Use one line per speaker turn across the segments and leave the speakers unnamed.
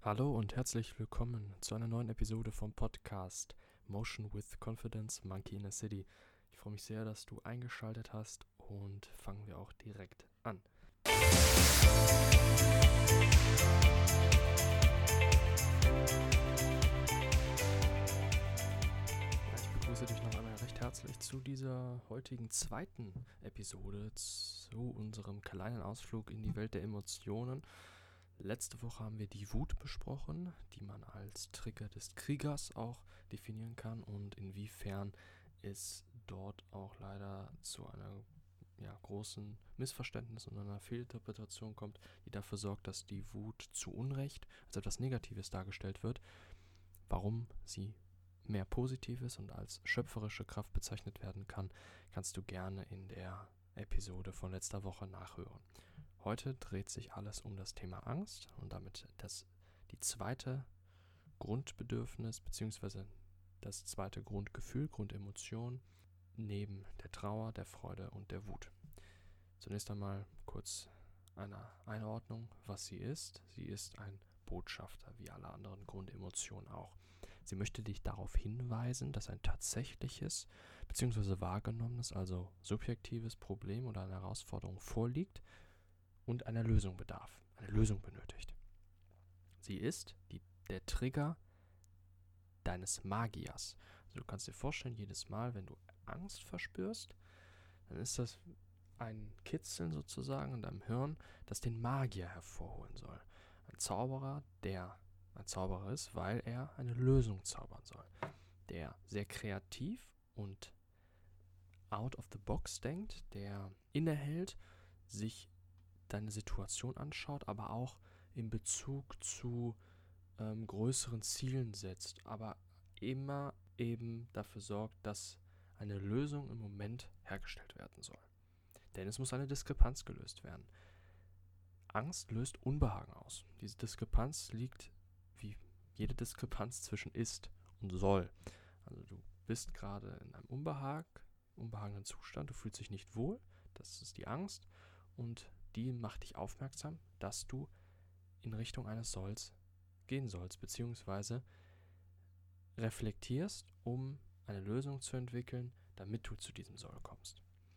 Hallo und herzlich willkommen zu einer neuen Episode vom Podcast Motion with Confidence Monkey in a City. Ich freue mich sehr, dass du eingeschaltet hast und fangen wir auch direkt an. Ich begrüße dich noch einmal recht herzlich zu dieser heutigen zweiten Episode zu unserem kleinen Ausflug in die Welt der Emotionen. Letzte Woche haben wir die Wut besprochen, die man als Trigger des Kriegers auch definieren kann und inwiefern es dort auch leider zu einer großen Missverständnis und einer Fehlinterpretation kommt, die dafür sorgt, dass die Wut zu Unrecht als etwas Negatives dargestellt wird. Warum sie mehr Positives und als schöpferische Kraft bezeichnet werden kann, kannst du gerne in der Episode von letzter Woche nachhören. Heute dreht sich alles um das Thema Angst und damit die zweite Grundbedürfnis bzw. das zweite Grundgefühl, Grundemotion neben der Trauer, der Freude und der Wut. Zunächst einmal kurz eine Einordnung, was sie ist. Sie ist ein Botschafter, wie alle anderen Grundemotionen auch. Sie möchte dich darauf hinweisen, dass ein tatsächliches bzw. wahrgenommenes, also subjektives Problem oder eine Herausforderung vorliegt und einer Lösung bedarf, eine Lösung benötigt. Sie ist der Trigger deines Magiers. Also du kannst dir vorstellen, jedes Mal, wenn du Angst verspürst, dann ist das ein Kitzeln sozusagen in deinem Hirn, das den Magier hervorholen soll. Ein Zauberer, der ein Zauberer ist, weil er eine Lösung zaubern soll. Der sehr kreativ und out of the box denkt, der innehält, sich deine Situation anschaut, aber auch in Bezug zu größeren Zielen setzt, aber immer eben dafür sorgt, dass eine Lösung im Moment hergestellt werden soll. Denn es muss eine Diskrepanz gelöst werden. Angst löst Unbehagen aus. Diese Diskrepanz liegt, wie jede Diskrepanz, zwischen ist und soll. Also du bist gerade in einem unbehagenen Zustand, du fühlst dich nicht wohl, das ist die Angst und die macht dich aufmerksam, dass du in Richtung eines Solls gehen sollst, beziehungsweise reflektierst, um eine Lösung zu entwickeln, damit du zu diesem Soll kommst.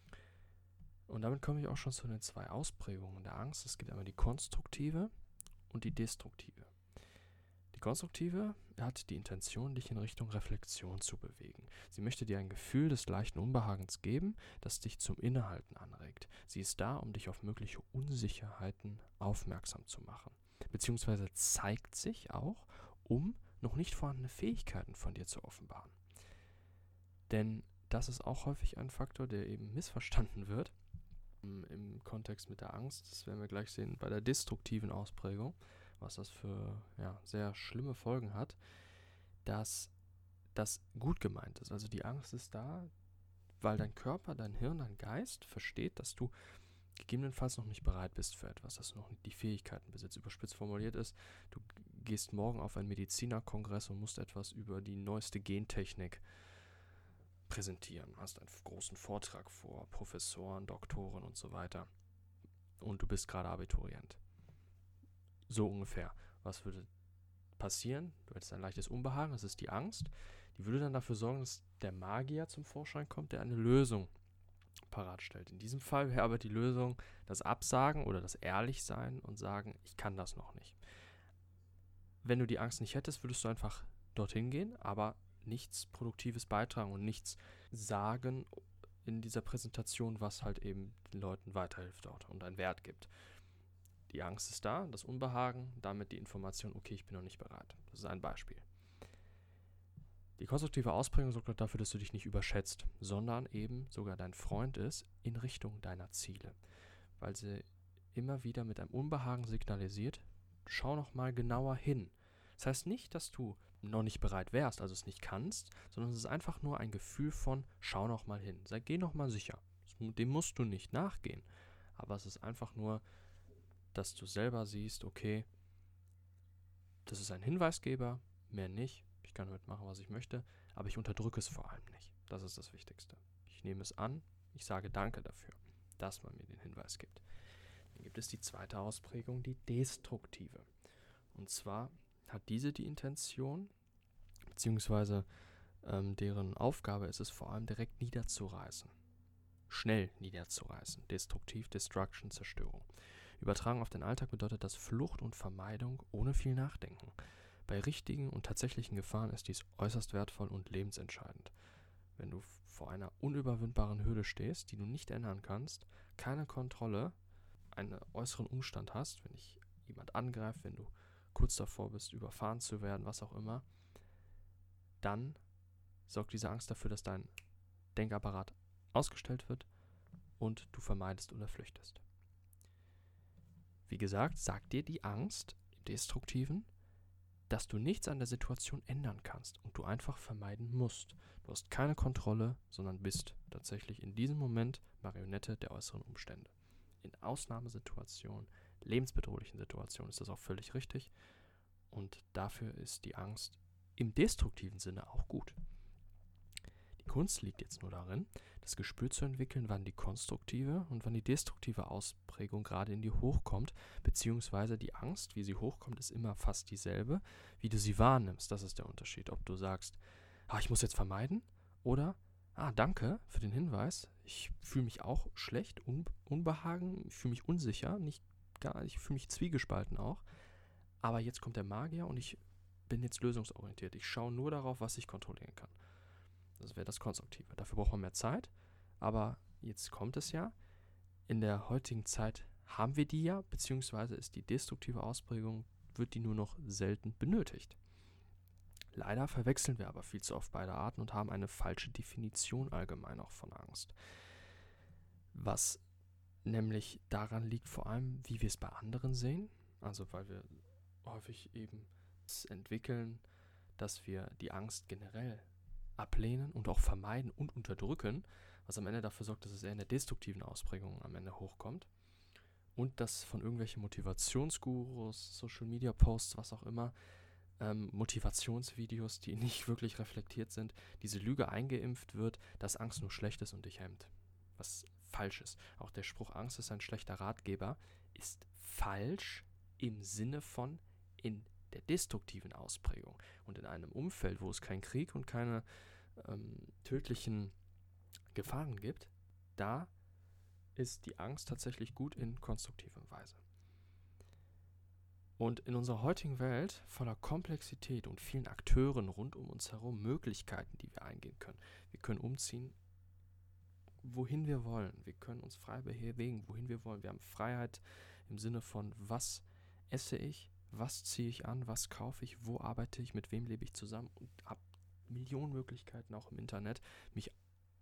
Und damit komme ich auch schon zu den zwei Ausprägungen der Angst. Es gibt einmal die konstruktive und die destruktive. Die konstruktive hat die Intention, dich in Richtung Reflexion zu bewegen. Sie möchte dir ein Gefühl des leichten Unbehagens geben, das dich zum Innehalten anregt. Sie ist da, um dich auf mögliche Unsicherheiten aufmerksam zu machen. Beziehungsweise zeigt sich auch, um noch nicht vorhandene Fähigkeiten von dir zu offenbaren. Denn das ist auch häufig ein Faktor, der eben missverstanden wird im Kontext mit der Angst. Das werden wir gleich sehen bei der destruktiven Ausprägung, was das für sehr schlimme Folgen hat, dass das gut gemeint ist. Also die Angst ist da, weil dein Körper, dein Hirn, dein Geist versteht, dass du gegebenenfalls noch nicht bereit bist für etwas, dass du noch nicht die Fähigkeiten besitzt. Überspitzt formuliert ist, du gehst morgen auf einen Medizinerkongress und musst etwas über die neueste Gentechnik präsentieren, hast einen großen Vortrag vor Professoren, Doktoren und so weiter und du bist gerade Abiturient. So ungefähr. Was würde passieren? Du hättest ein leichtes Unbehagen, das ist die Angst. Die würde dann dafür sorgen, dass der Magier zum Vorschein kommt, der eine Lösung parat stellt. In diesem Fall wäre aber die Lösung das Absagen oder das Ehrlichsein und sagen, ich kann das noch nicht. Wenn du die Angst nicht hättest, würdest du einfach dorthin gehen, aber nichts Produktives beitragen und nichts sagen in dieser Präsentation, was halt eben den Leuten weiterhilft dort und einen Wert gibt. Die Angst ist da, das Unbehagen, damit die Information, okay, ich bin noch nicht bereit. Das ist ein Beispiel. Die konstruktive Ausprägung sorgt dafür, dass du dich nicht überschätzt, sondern eben sogar dein Freund ist in Richtung deiner Ziele. Weil sie immer wieder mit einem Unbehagen signalisiert, schau noch mal genauer hin. Das heißt nicht, dass du noch nicht bereit wärst, also es nicht kannst, sondern es ist einfach nur ein Gefühl von, schau noch mal hin. Geh noch mal sicher. Dem musst du nicht nachgehen. Aber es ist einfach nur, dass du selber siehst, okay, das ist ein Hinweisgeber, mehr nicht. Ich kann damit machen, was ich möchte, aber ich unterdrücke es vor allem nicht. Das ist das Wichtigste. Ich nehme es an, ich sage Danke dafür, dass man mir den Hinweis gibt. Dann gibt es die zweite Ausprägung, die destruktive. Und zwar hat diese die Intention, beziehungsweise deren Aufgabe ist es vor allem direkt niederzureißen. Schnell niederzureißen. Destruktiv, Destruction, Zerstörung. Übertragen auf den Alltag bedeutet das Flucht und Vermeidung ohne viel Nachdenken. Bei richtigen und tatsächlichen Gefahren ist dies äußerst wertvoll und lebensentscheidend. Wenn du vor einer unüberwindbaren Hürde stehst, die du nicht ändern kannst, keine Kontrolle, einen äußeren Umstand hast, wenn dich jemand angreift, wenn du kurz davor bist, überfahren zu werden, was auch immer, dann sorgt diese Angst dafür, dass dein Denkapparat ausgestellt wird und du vermeidest oder flüchtest. Wie gesagt, sagt dir die Angst im Destruktiven, dass du nichts an der Situation ändern kannst und du einfach vermeiden musst. Du hast keine Kontrolle, sondern bist tatsächlich in diesem Moment Marionette der äußeren Umstände. In Ausnahmesituationen, lebensbedrohlichen Situationen ist das auch völlig richtig und dafür ist die Angst im destruktiven Sinne auch gut. Die Kunst liegt jetzt nur darin, das Gespür zu entwickeln, wann die konstruktive und wann die destruktive Ausprägung gerade in dir hochkommt, beziehungsweise die Angst, wie sie hochkommt, ist immer fast dieselbe, wie du sie wahrnimmst. Das ist der Unterschied, ob du sagst, ich muss jetzt vermeiden oder, danke für den Hinweis, ich fühle mich auch schlecht, Unbehagen, ich fühle mich unsicher, ich fühle mich zwiegespalten auch, aber jetzt kommt der Magier und ich bin jetzt lösungsorientiert. Ich schaue nur darauf, was ich kontrollieren kann. Das wäre das Konstruktive. Dafür braucht man mehr Zeit, aber jetzt kommt es ja. In der heutigen Zeit haben wir die ja, beziehungsweise ist die destruktive Ausprägung, wird die nur noch selten benötigt. Leider verwechseln wir aber viel zu oft beide Arten und haben eine falsche Definition allgemein auch von Angst. Was nämlich daran liegt vor allem, wie wir es bei anderen sehen, also weil wir häufig eben entwickeln, dass wir die Angst generell ablehnen und auch vermeiden und unterdrücken, was am Ende dafür sorgt, dass es eher in der destruktiven Ausprägung am Ende hochkommt. Und dass von irgendwelchen Motivationsgurus, Social-Media-Posts, was auch immer, Motivationsvideos, die nicht wirklich reflektiert sind, diese Lüge eingeimpft wird, dass Angst nur schlecht ist und dich hemmt. Was falsch ist. Auch der Spruch, Angst ist ein schlechter Ratgeber, ist falsch im Sinne von in der destruktiven Ausprägung. Und in einem Umfeld, wo es keinen Krieg und keine tödlichen Gefahren gibt, da ist die Angst tatsächlich gut in konstruktiver Weise. Und in unserer heutigen Welt voller Komplexität und vielen Akteuren rund um uns herum, Möglichkeiten, die wir eingehen können. Wir können umziehen, wohin wir wollen. Wir können uns frei bewegen, wohin wir wollen. Wir haben Freiheit im Sinne von, was esse ich, was ziehe ich an, was kaufe ich, wo arbeite ich, mit wem lebe ich zusammen und habe Millionen Möglichkeiten auch im Internet, mich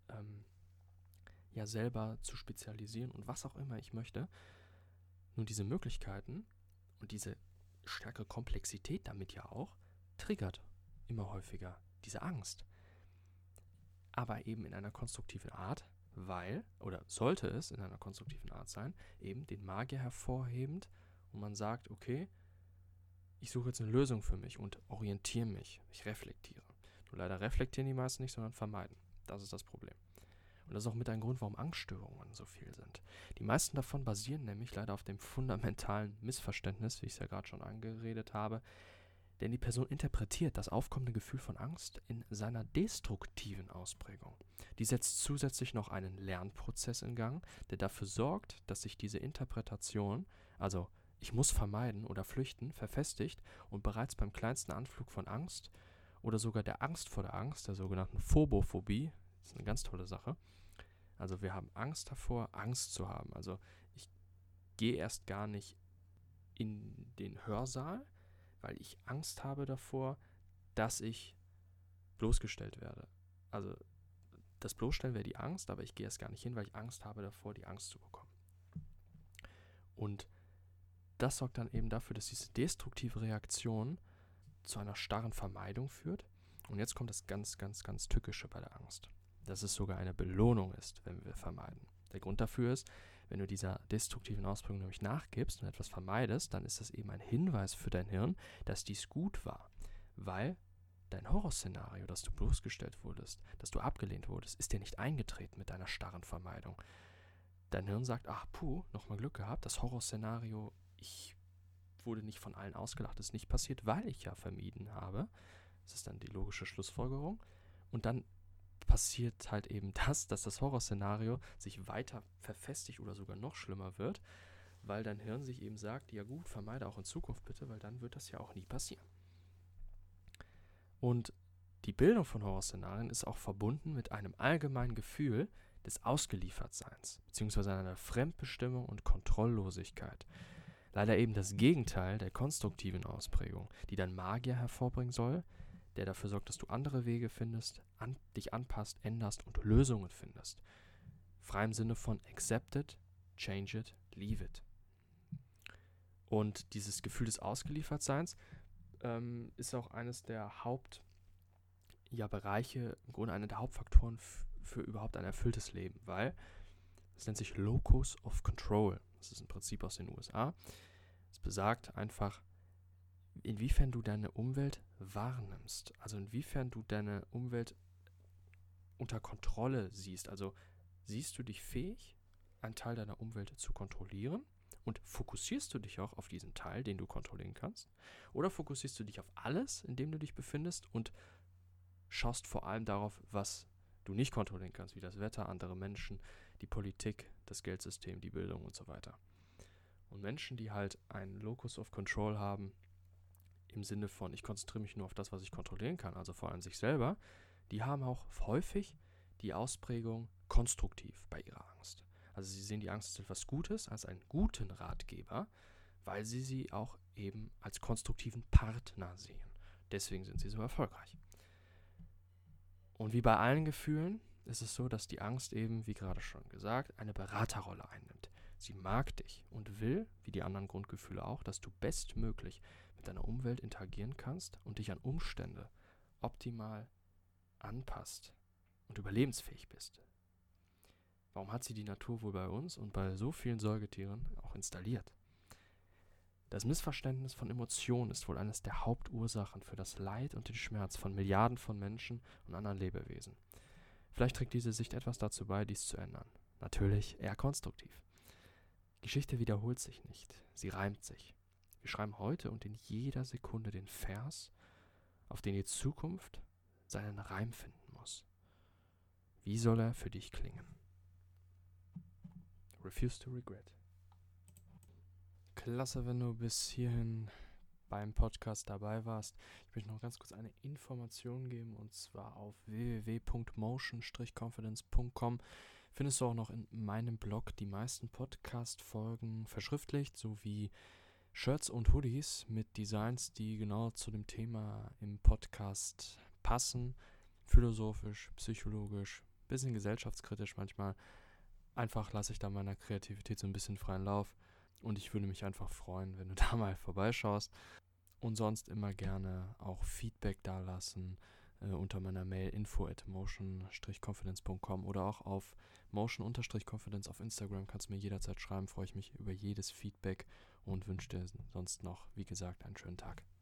selber zu spezialisieren und was auch immer ich möchte. Nur diese Möglichkeiten und diese stärkere Komplexität damit ja auch triggert immer häufiger diese Angst. Aber eben in einer konstruktiven Art, oder sollte es in einer konstruktiven Art sein, eben den Magier hervorhebend und man sagt, okay, ich suche jetzt eine Lösung für mich und orientiere mich, ich reflektiere. Nur leider reflektieren die meisten nicht, sondern vermeiden. Das ist das Problem. Und das ist auch mit ein Grund, warum Angststörungen so viel sind. Die meisten davon basieren nämlich leider auf dem fundamentalen Missverständnis, wie ich es ja gerade schon angeredet habe, denn die Person interpretiert das aufkommende Gefühl von Angst in seiner destruktiven Ausprägung. Die setzt zusätzlich noch einen Lernprozess in Gang, der dafür sorgt, dass sich diese Interpretation, also ich muss vermeiden oder flüchten, verfestigt und bereits beim kleinsten Anflug von Angst oder sogar der Angst vor der Angst, der sogenannten Phobophobie, das ist eine ganz tolle Sache. Also wir haben Angst davor, Angst zu haben. Also ich gehe erst gar nicht in den Hörsaal, weil ich Angst habe davor, dass ich bloßgestellt werde. Also das Bloßstellen wäre die Angst, aber ich gehe erst gar nicht hin, weil ich Angst habe davor, die Angst zu bekommen. Und das sorgt dann eben dafür, dass diese destruktive Reaktion zu einer starren Vermeidung führt. Und jetzt kommt das ganz, ganz, ganz Tückische bei der Angst. Dass es sogar eine Belohnung ist, wenn wir vermeiden. Der Grund dafür ist, wenn du dieser destruktiven Ausprägung nämlich nachgibst und etwas vermeidest, dann ist das eben ein Hinweis für dein Hirn, dass dies gut war. Weil dein Horrorszenario, dass du bloßgestellt wurdest, dass du abgelehnt wurdest, ist dir nicht eingetreten mit deiner starren Vermeidung. Dein Hirn sagt, nochmal Glück gehabt, das Horrorszenario, ich wurde nicht von allen ausgelacht, ist nicht passiert, weil ich ja vermieden habe. Das ist dann die logische Schlussfolgerung. Und dann passiert halt eben das, dass das Horrorszenario sich weiter verfestigt oder sogar noch schlimmer wird, weil dein Hirn sich eben sagt, ja gut, vermeide auch in Zukunft bitte, weil dann wird das ja auch nie passieren. Und die Bildung von Horrorszenarien ist auch verbunden mit einem allgemeinen Gefühl des Ausgeliefertseins, beziehungsweise einer Fremdbestimmung und Kontrolllosigkeit. Leider eben das Gegenteil der konstruktiven Ausprägung, die dein Magier hervorbringen soll, der dafür sorgt, dass du andere Wege findest, dich anpasst, änderst und Lösungen findest. Frei im Sinne von accept it, change it, leave it. Und dieses Gefühl des Ausgeliefertseins ist auch eines der Bereiche, im Grunde einer der Hauptfaktoren für überhaupt ein erfülltes Leben, weil es nennt sich Locus of Control. Das ist ein Prinzip aus den USA. Es besagt einfach, inwiefern du deine Umwelt wahrnimmst, also inwiefern du deine Umwelt unter Kontrolle siehst. Also siehst du dich fähig, einen Teil deiner Umwelt zu kontrollieren und fokussierst du dich auch auf diesen Teil, den du kontrollieren kannst, oder fokussierst du dich auf alles, in dem du dich befindest und schaust vor allem darauf, was du nicht kontrollieren kannst, wie das Wetter, andere Menschen, die Politik, das Geldsystem, die Bildung und so weiter. Und Menschen, die halt einen Locus of Control haben, im Sinne von, ich konzentriere mich nur auf das, was ich kontrollieren kann, also vor allem sich selber, die haben auch häufig die Ausprägung konstruktiv bei ihrer Angst. Also sie sehen die Angst als etwas Gutes, als einen guten Ratgeber, weil sie auch eben als konstruktiven Partner sehen. Deswegen sind sie so erfolgreich. Und wie bei allen Gefühlen ist es so, dass die Angst eben, wie gerade schon gesagt, eine Beraterrolle einnimmt. Sie mag dich und will, wie die anderen Grundgefühle auch, dass du bestmöglich mit deiner Umwelt interagieren kannst und dich an Umstände optimal anpasst und überlebensfähig bist. Warum hat sie die Natur wohl bei uns und bei so vielen Säugetieren auch installiert? Das Missverständnis von Emotionen ist wohl eines der Hauptursachen für das Leid und den Schmerz von Milliarden von Menschen und anderen Lebewesen. Vielleicht trägt diese Sicht etwas dazu bei, dies zu ändern. Natürlich eher konstruktiv. Geschichte wiederholt sich nicht, sie reimt sich. Wir schreiben heute und in jeder Sekunde den Vers, auf den die Zukunft seinen Reim finden muss. Wie soll er für dich klingen? Refuse to regret. Klasse, wenn du bis hierhin beim Podcast dabei warst. Ich möchte noch ganz kurz eine Information geben, und zwar auf www.motion-confidence.com findest du auch noch in meinem Blog die meisten Podcast-Folgen verschriftlicht, sowie Shirts und Hoodies mit Designs, die genau zu dem Thema im Podcast passen. Philosophisch, psychologisch, bisschen gesellschaftskritisch manchmal. Einfach lasse ich da meiner Kreativität so ein bisschen freien Lauf. Und ich würde mich einfach freuen, wenn du da mal vorbeischaust. Und sonst immer gerne auch Feedback dalassen unter meiner Mail info@motion-confidence.com oder auch auf motion-confidence auf Instagram. Kannst du mir jederzeit schreiben, freue ich mich über jedes Feedback und wünsche dir sonst noch, wie gesagt, einen schönen Tag.